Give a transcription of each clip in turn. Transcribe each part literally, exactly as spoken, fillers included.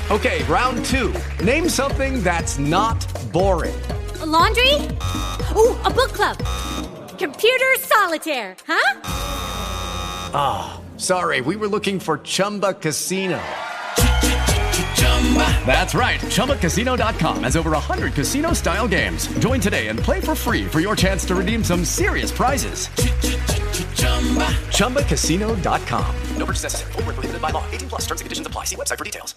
Okay, round two. Name something that's not boring. A laundry? Ooh, a book club. Computer solitaire, huh? Ah, oh, sorry, we were looking for Chumba Casino. That's right, Chumba Casino dot com has over one hundred casino-style games. Join today and play for free for your chance to redeem some serious prizes. Chumba Casino dot com. No purchase necessary. Void where prohibited by law. eighteen plus terms and conditions apply. See website for details.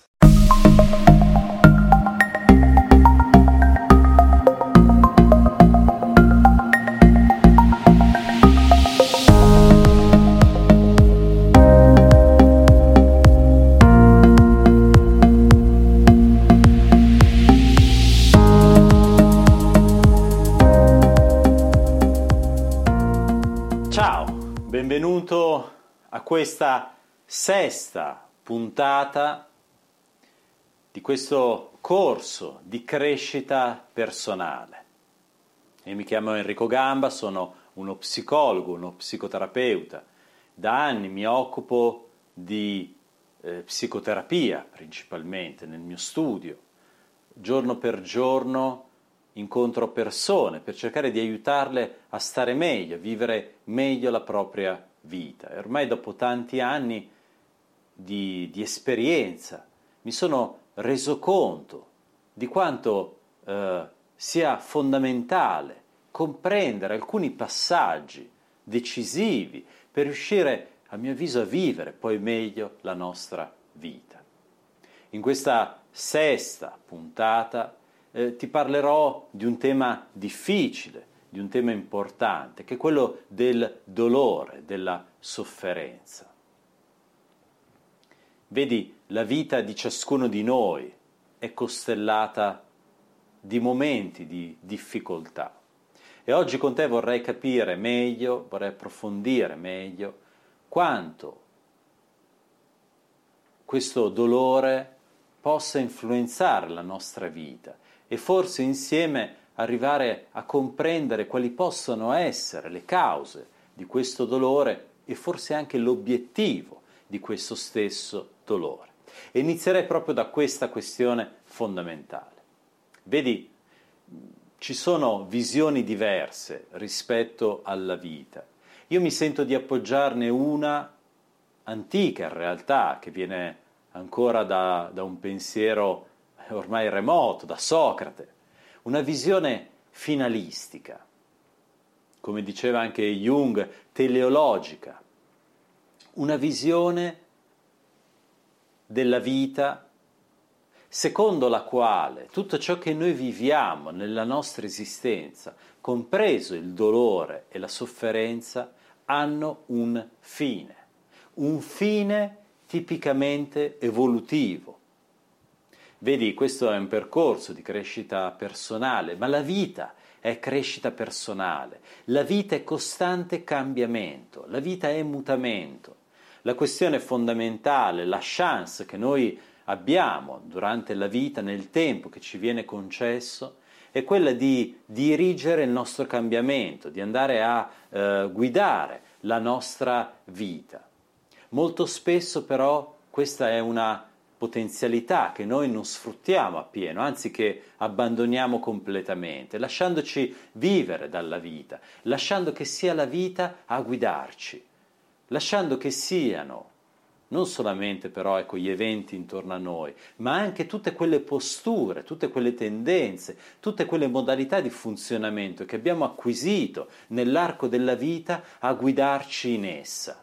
Ciao, benvenuto a questa sesta puntata di questo corso di crescita personale. Io mi chiamo Enrico Gamba, sono uno psicologo, uno psicoterapeuta. Da anni mi occupo di eh, psicoterapia principalmente nel mio studio. Giorno per giorno incontro persone per cercare di aiutarle a stare meglio, a vivere meglio la propria vita. E ormai dopo tanti anni di, di esperienza mi sono reso conto di quanto eh, sia fondamentale comprendere alcuni passaggi decisivi per riuscire, a mio avviso, a vivere poi meglio la nostra vita. In questa sesta puntata eh, ti parlerò di un tema difficile, di un tema importante, che è quello del dolore, della sofferenza. Vedi, la vita di ciascuno di noi è costellata di momenti di difficoltà. E oggi con te vorrei capire meglio, vorrei approfondire meglio quanto questo dolore possa influenzare la nostra vita e forse insieme arrivare a comprendere quali possono essere le cause di questo dolore e forse anche l'obiettivo di questo stesso dolore. E inizierei proprio da questa questione fondamentale. Vedi, ci sono visioni diverse rispetto alla vita. Io mi sento di appoggiarne una antica in realtà, che viene ancora da, da un pensiero ormai remoto, da Socrate, una visione finalistica, come diceva anche Jung, teleologica, una visione della vita secondo la quale tutto ciò che noi viviamo nella nostra esistenza, compreso il dolore e la sofferenza, hanno un fine, un fine tipicamente evolutivo. Vedi, questo è un percorso di crescita personale, ma la vita è crescita personale, la vita è costante cambiamento, la vita è mutamento. La questione fondamentale, la chance che noi abbiamo durante la vita, nel tempo che ci viene concesso, è quella di dirigere il nostro cambiamento, di andare a eh, guidare la nostra vita. Molto spesso però questa è una potenzialità che noi non sfruttiamo appieno, anzi che abbandoniamo completamente, lasciandoci vivere dalla vita, lasciando che sia la vita a guidarci, lasciando che siano non solamente però ecco, gli eventi intorno a noi, ma anche tutte quelle posture, tutte quelle tendenze, tutte quelle modalità di funzionamento che abbiamo acquisito nell'arco della vita a guidarci in essa.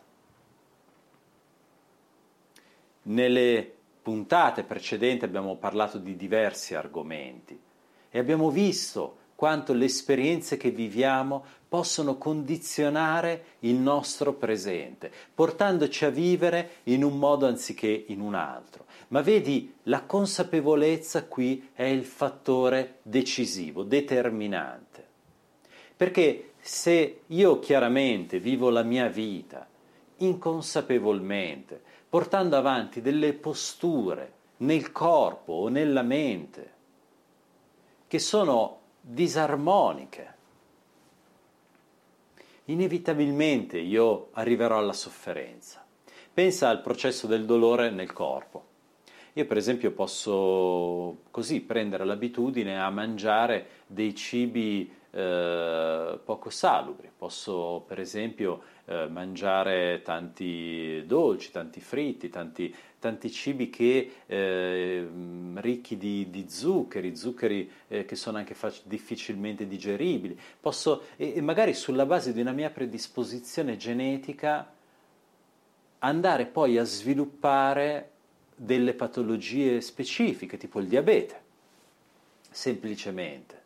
Nelle puntate precedenti abbiamo parlato di diversi argomenti e abbiamo visto quanto le esperienze che viviamo possono condizionare il nostro presente, portandoci a vivere in un modo anziché in un altro. Ma vedi, la consapevolezza qui è il fattore decisivo, determinante. Perché se io chiaramente vivo la mia vita inconsapevolmente, portando avanti delle posture nel corpo o nella mente che sono disarmoniche, inevitabilmente io arriverò alla sofferenza. Pensa al processo del dolore nel corpo. Io per esempio posso così prendere l'abitudine a mangiare dei cibi eh, poco salubri, posso per esempio eh, mangiare tanti dolci, tanti fritti, tanti, tanti cibi che, eh, ricchi di, di zuccheri, zuccheri eh, che sono anche fac- difficilmente digeribili, posso, e, e magari sulla base di una mia predisposizione genetica andare poi a sviluppare delle patologie specifiche, tipo il diabete, semplicemente.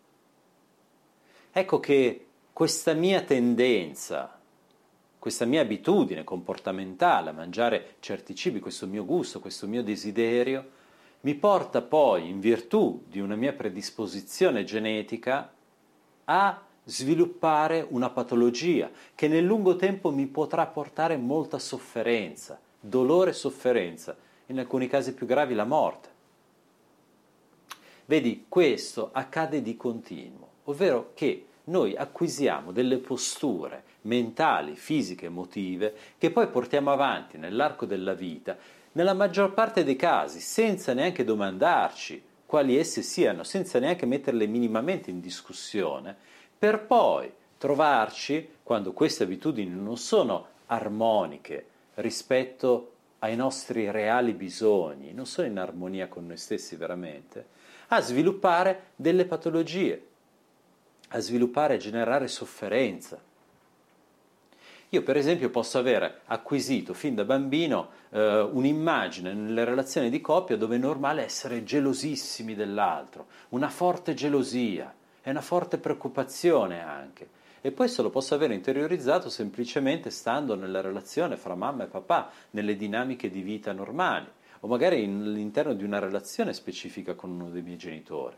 Ecco che questa mia tendenza, questa mia abitudine comportamentale a mangiare certi cibi, questo mio gusto, questo mio desiderio, mi porta poi, in virtù di una mia predisposizione genetica, a sviluppare una patologia che nel lungo tempo mi potrà portare molta sofferenza, dolore e sofferenza, in alcuni casi più gravi la morte. Vedi, questo accade di continuo, ovvero che noi acquisiamo delle posture mentali, fisiche, emotive che poi portiamo avanti nell'arco della vita, nella maggior parte dei casi, senza neanche domandarci quali esse siano, senza neanche metterle minimamente in discussione, per poi trovarci, quando queste abitudini non sono armoniche rispetto ai nostri reali bisogni, non sono in armonia con noi stessi veramente, a sviluppare delle patologie, a sviluppare e generare sofferenza. Io per esempio posso avere acquisito fin da bambino eh, un'immagine nelle relazioni di coppia dove è normale essere gelosissimi dell'altro, una forte gelosia e una forte preoccupazione anche. E questo lo posso avere interiorizzato semplicemente stando nella relazione fra mamma e papà, nelle dinamiche di vita normali, o magari all'interno di una relazione specifica con uno dei miei genitori.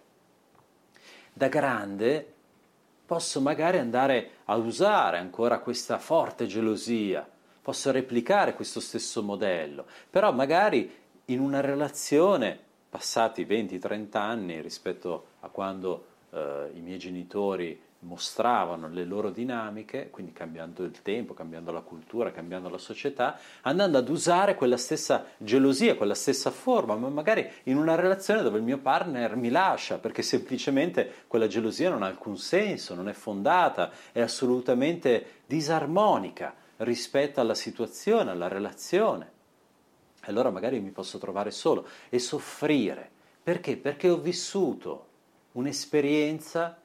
Da grande posso magari andare a usare ancora questa forte gelosia, posso replicare questo stesso modello, però magari in una relazione, passati venti trenta anni rispetto a quando eh, i miei genitori mostravano le loro dinamiche, quindi cambiando il tempo, cambiando la cultura, cambiando la società, andando ad usare quella stessa gelosia, quella stessa forma, ma magari in una relazione dove il mio partner mi lascia, perché semplicemente quella gelosia non ha alcun senso, non è fondata, è assolutamente disarmonica rispetto alla situazione, alla relazione. Allora magari mi posso trovare solo e soffrire. Perché? Perché ho vissuto un'esperienza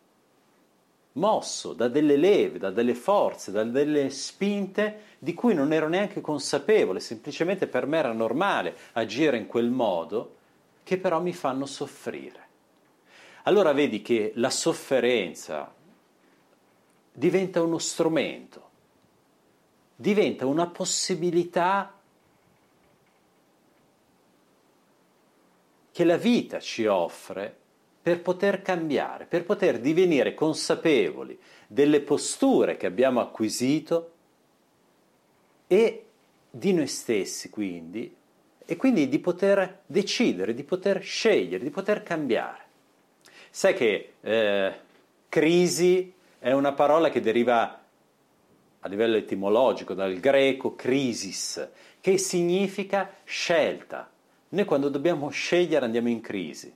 mosso da delle leve, da delle forze, da delle spinte di cui non ero neanche consapevole, semplicemente per me era normale agire in quel modo, che però mi fanno soffrire. Allora vedi che la sofferenza diventa uno strumento, diventa una possibilità che la vita ci offre per poter cambiare, per poter divenire consapevoli delle posture che abbiamo acquisito e di noi stessi quindi, e quindi di poter decidere, di poter scegliere, di poter cambiare. Sai che eh, crisi è una parola che deriva a livello etimologico dal greco crisis, che significa scelta. Noi quando dobbiamo scegliere andiamo in crisi.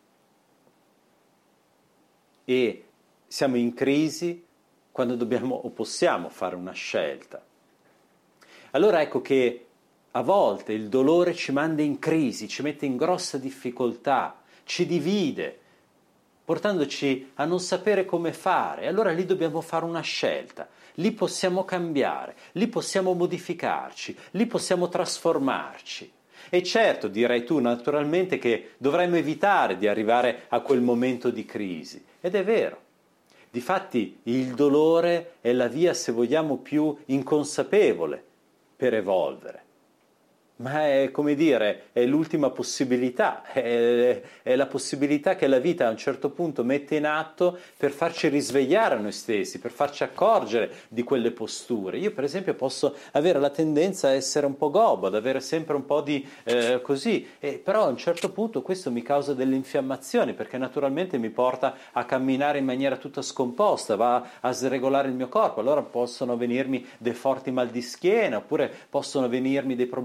E siamo in crisi quando dobbiamo o possiamo fare una scelta. Allora ecco che a volte il dolore ci manda in crisi, ci mette in grossa difficoltà, ci divide, portandoci a non sapere come fare. Allora lì dobbiamo fare una scelta, lì possiamo cambiare, lì possiamo modificarci, lì possiamo trasformarci. E certo, direi tu, naturalmente che dovremmo evitare di arrivare a quel momento di crisi. Ed è vero. Difatti il dolore è la via, se vogliamo, più inconsapevole per evolvere. Ma è, come dire, è l'ultima possibilità, è, è la possibilità che la vita a un certo punto mette in atto per farci risvegliare a noi stessi, per farci accorgere di quelle posture. Io per esempio posso avere la tendenza a essere un po' gobbo, ad avere sempre un po' di eh, così, e però a un certo punto questo mi causa delle infiammazioni, perché naturalmente mi porta a camminare in maniera tutta scomposta, va a sregolare il mio corpo, allora possono venirmi dei forti mal di schiena, oppure possono venirmi dei problemi articolari,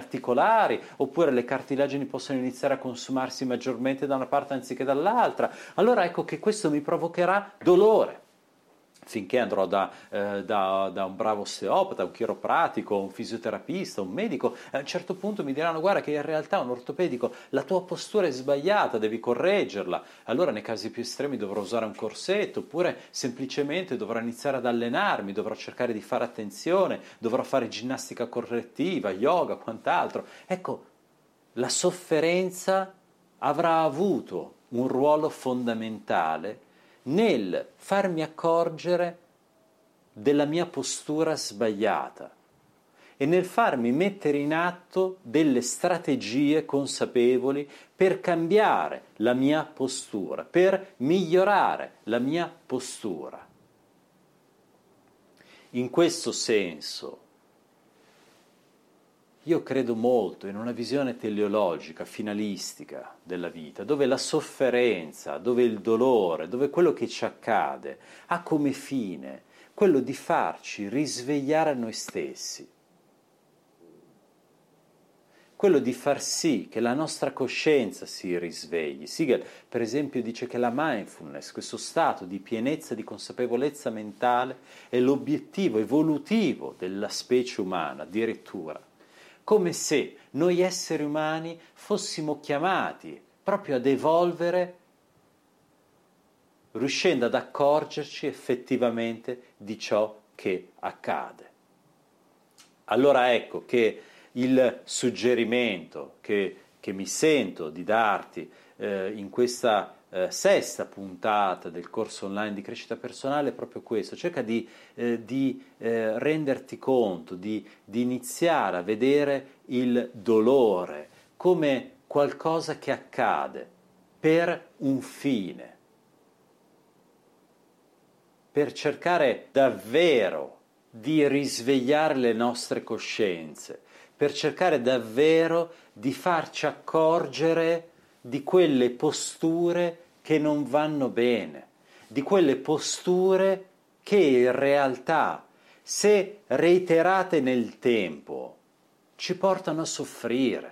articolari, oppure le cartilagini possono iniziare a consumarsi maggiormente da una parte anziché dall'altra. Allora ecco che questo mi provocherà dolore. Finché andrò da, eh, da, da un bravo osteopata, un chiropratico, un fisioterapista, un medico, a un certo punto mi diranno: guarda che in realtà un ortopedico, la tua postura è sbagliata, devi correggerla. Allora nei casi più estremi dovrò usare un corsetto, oppure semplicemente dovrò iniziare ad allenarmi, dovrò cercare di fare attenzione, dovrò fare ginnastica correttiva, yoga, quant'altro. Ecco, la sofferenza avrà avuto un ruolo fondamentale nel farmi accorgere della mia postura sbagliata e nel farmi mettere in atto delle strategie consapevoli per cambiare la mia postura, per migliorare la mia postura. In questo senso, io credo molto in una visione teleologica, finalistica della vita, dove la sofferenza, dove il dolore, dove quello che ci accade ha come fine quello di farci risvegliare a noi stessi, quello di far sì che la nostra coscienza si risvegli. Siegel, per esempio, dice che la mindfulness, questo stato di pienezza, di consapevolezza mentale, è l'obiettivo evolutivo della specie umana, addirittura. Come se noi esseri umani fossimo chiamati proprio ad evolvere, riuscendo ad accorgerci effettivamente di ciò che accade. Allora ecco che il suggerimento che, che mi sento di darti eh, in questa eh, sesta puntata del corso online di crescita personale è proprio questo: cerca di, eh, di eh, renderti conto, di, di iniziare a vedere il dolore come qualcosa che accade per un fine, per cercare davvero di risvegliare le nostre coscienze, per cercare davvero di farci accorgere di quelle posture che non vanno bene, di quelle posture che in realtà, se reiterate nel tempo, ci portano a soffrire.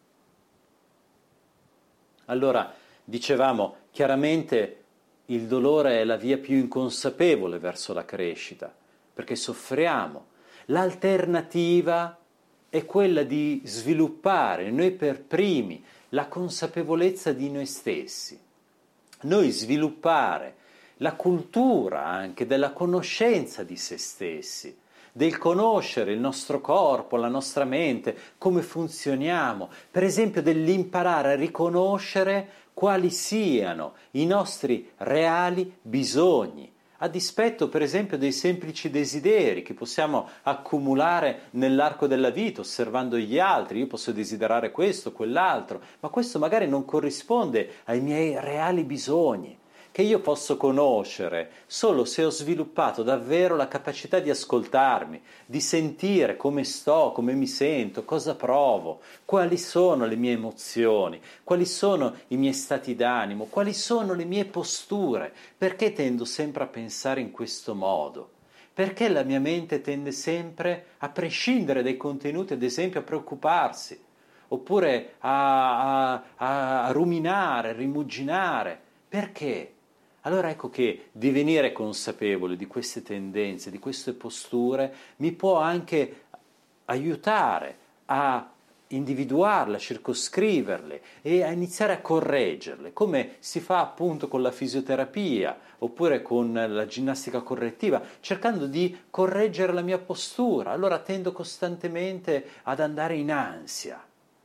Allora, dicevamo, chiaramente il dolore è la via più inconsapevole verso la crescita, perché soffriamo. L'alternativa è quella di sviluppare noi per primi la consapevolezza di noi stessi, noi sviluppare la cultura anche della conoscenza di se stessi, del conoscere il nostro corpo, la nostra mente, come funzioniamo, per esempio dell'imparare a riconoscere quali siano i nostri reali bisogni, a dispetto per esempio dei semplici desideri che possiamo accumulare nell'arco della vita osservando gli altri. Io posso desiderare questo, quell'altro, ma questo magari non corrisponde ai miei reali bisogni, che io posso conoscere solo se ho sviluppato davvero la capacità di ascoltarmi, di sentire come sto, come mi sento, cosa provo, quali sono le mie emozioni, quali sono i miei stati d'animo, quali sono le mie posture. Perché tendo sempre a pensare in questo modo? Perché la mia mente tende sempre, a prescindere dai contenuti, ad esempio, a preoccuparsi, oppure a, a, a ruminare, a rimuginare? Perché? Allora ecco che divenire consapevole di queste tendenze, di queste posture, mi può anche aiutare a individuarle, a circoscriverle e a iniziare a correggerle, come si fa appunto con la fisioterapia oppure con la ginnastica correttiva, cercando di correggere la mia postura. Allora tendo costantemente ad andare in ansia.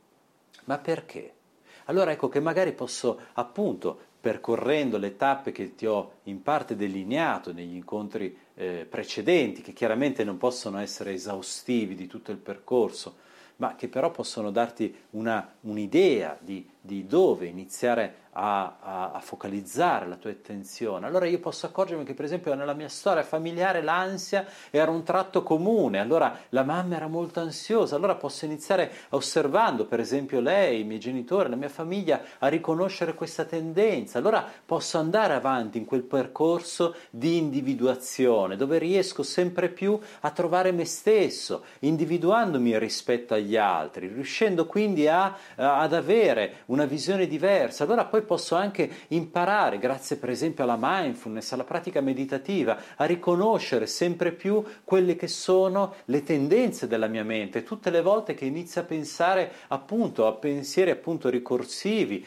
Ma perché? Allora ecco che magari posso appunto, percorrendo le tappe che ti ho in parte delineato negli incontri eh, precedenti, che chiaramente non possono essere esaustivi di tutto il percorso, ma che però possono darti una, un'idea di, di dove iniziare a, a, a focalizzare la tua attenzione. Allora io posso accorgermi che per esempio nella mia storia familiare l'ansia era un tratto comune, allora la mamma era molto ansiosa, allora posso iniziare osservando per esempio lei, i miei genitori, la mia famiglia, a riconoscere questa tendenza, allora posso andare avanti in quel percorso di individuazione dove riesco sempre più a trovare me stesso, individuandomi rispetto agli altri, riuscendo quindi a, a, ad avere una visione diversa. Allora poi posso anche imparare, grazie per esempio alla mindfulness, alla pratica meditativa, a riconoscere sempre più quelle che sono le tendenze della mia mente. Tutte le volte che inizio a pensare appunto a pensieri appunto ricorsivi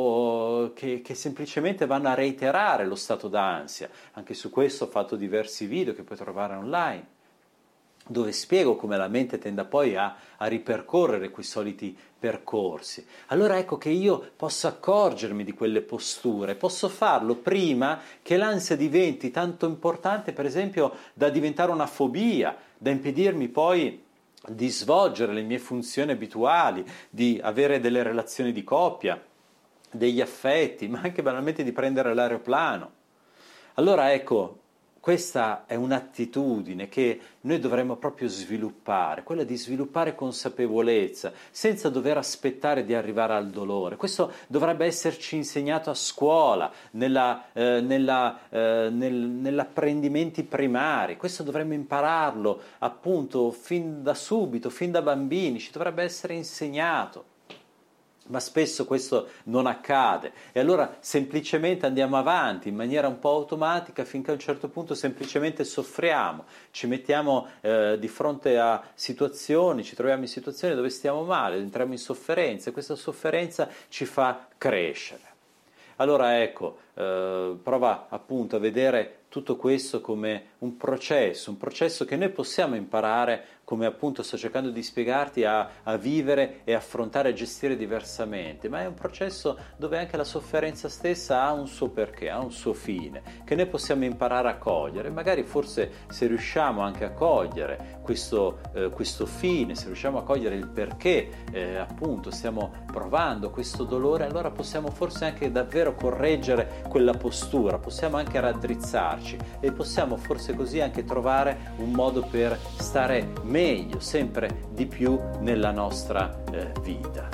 o che, che semplicemente vanno a reiterare lo stato d'ansia. Anche su questo ho fatto diversi video che puoi trovare online, dove spiego come la mente tenda poi a, a ripercorrere quei soliti percorsi. Allora ecco che io posso accorgermi di quelle posture, posso farlo prima che l'ansia diventi tanto importante, per esempio, da diventare una fobia, da impedirmi poi di svolgere le mie funzioni abituali, di avere delle relazioni di coppia, degli affetti, ma anche banalmente di prendere l'aeroplano. Allora ecco, questa è un'attitudine che noi dovremmo proprio sviluppare, quella di sviluppare consapevolezza, senza dover aspettare di arrivare al dolore. Questo dovrebbe esserci insegnato a scuola, nella, eh, nella, eh, nel, nell'apprendimenti primari. Questo dovremmo impararlo appunto fin da subito, fin da bambini, ci dovrebbe essere insegnato. Ma spesso questo non accade e allora semplicemente andiamo avanti in maniera un po' automatica finché a un certo punto semplicemente soffriamo, ci mettiamo eh, di fronte a situazioni, ci troviamo in situazioni dove stiamo male, entriamo in sofferenza e questa sofferenza ci fa crescere. Allora ecco, eh, prova appunto a vedere tutto questo come un processo, un processo che noi possiamo imparare, come appunto sto cercando di spiegarti, a, a vivere e affrontare e gestire diversamente, ma è un processo dove anche la sofferenza stessa ha un suo perché, ha un suo fine, che noi possiamo imparare a cogliere. Magari forse se riusciamo anche a cogliere questo, eh, questo fine, se riusciamo a cogliere il perché eh, appunto stiamo provando questo dolore, allora possiamo forse anche davvero correggere quella postura, possiamo anche raddrizzarci e possiamo forse così anche trovare un modo per stare meglio, sempre di più nella nostra eh, vita.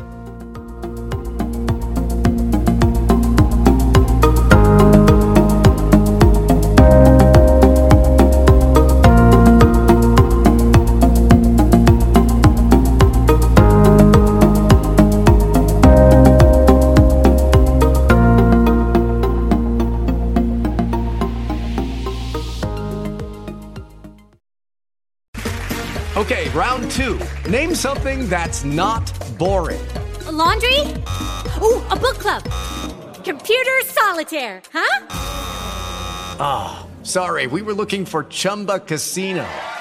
Okay, round two. Name something that's not boring. A laundry? Ooh, a book club. Computer solitaire, huh? Ah, oh, sorry, we were looking for Chumba Casino.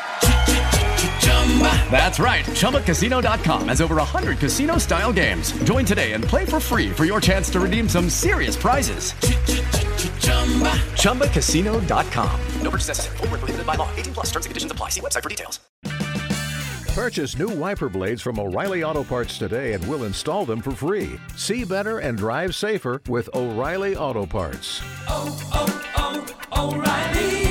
That's right, Chumba Casino dot com has over one hundred casino-style games. Join today and play for free for your chance to redeem some serious prizes. Chumba Casino dot com. No purchase necessary. Void where prohibited by law. eighteen plus terms and conditions apply. See website for details. Purchase new wiper blades from O'Reilly Auto Parts today and we'll install them for free. See better and drive safer with O'Reilly Auto Parts. Oh, oh, oh, O'Reilly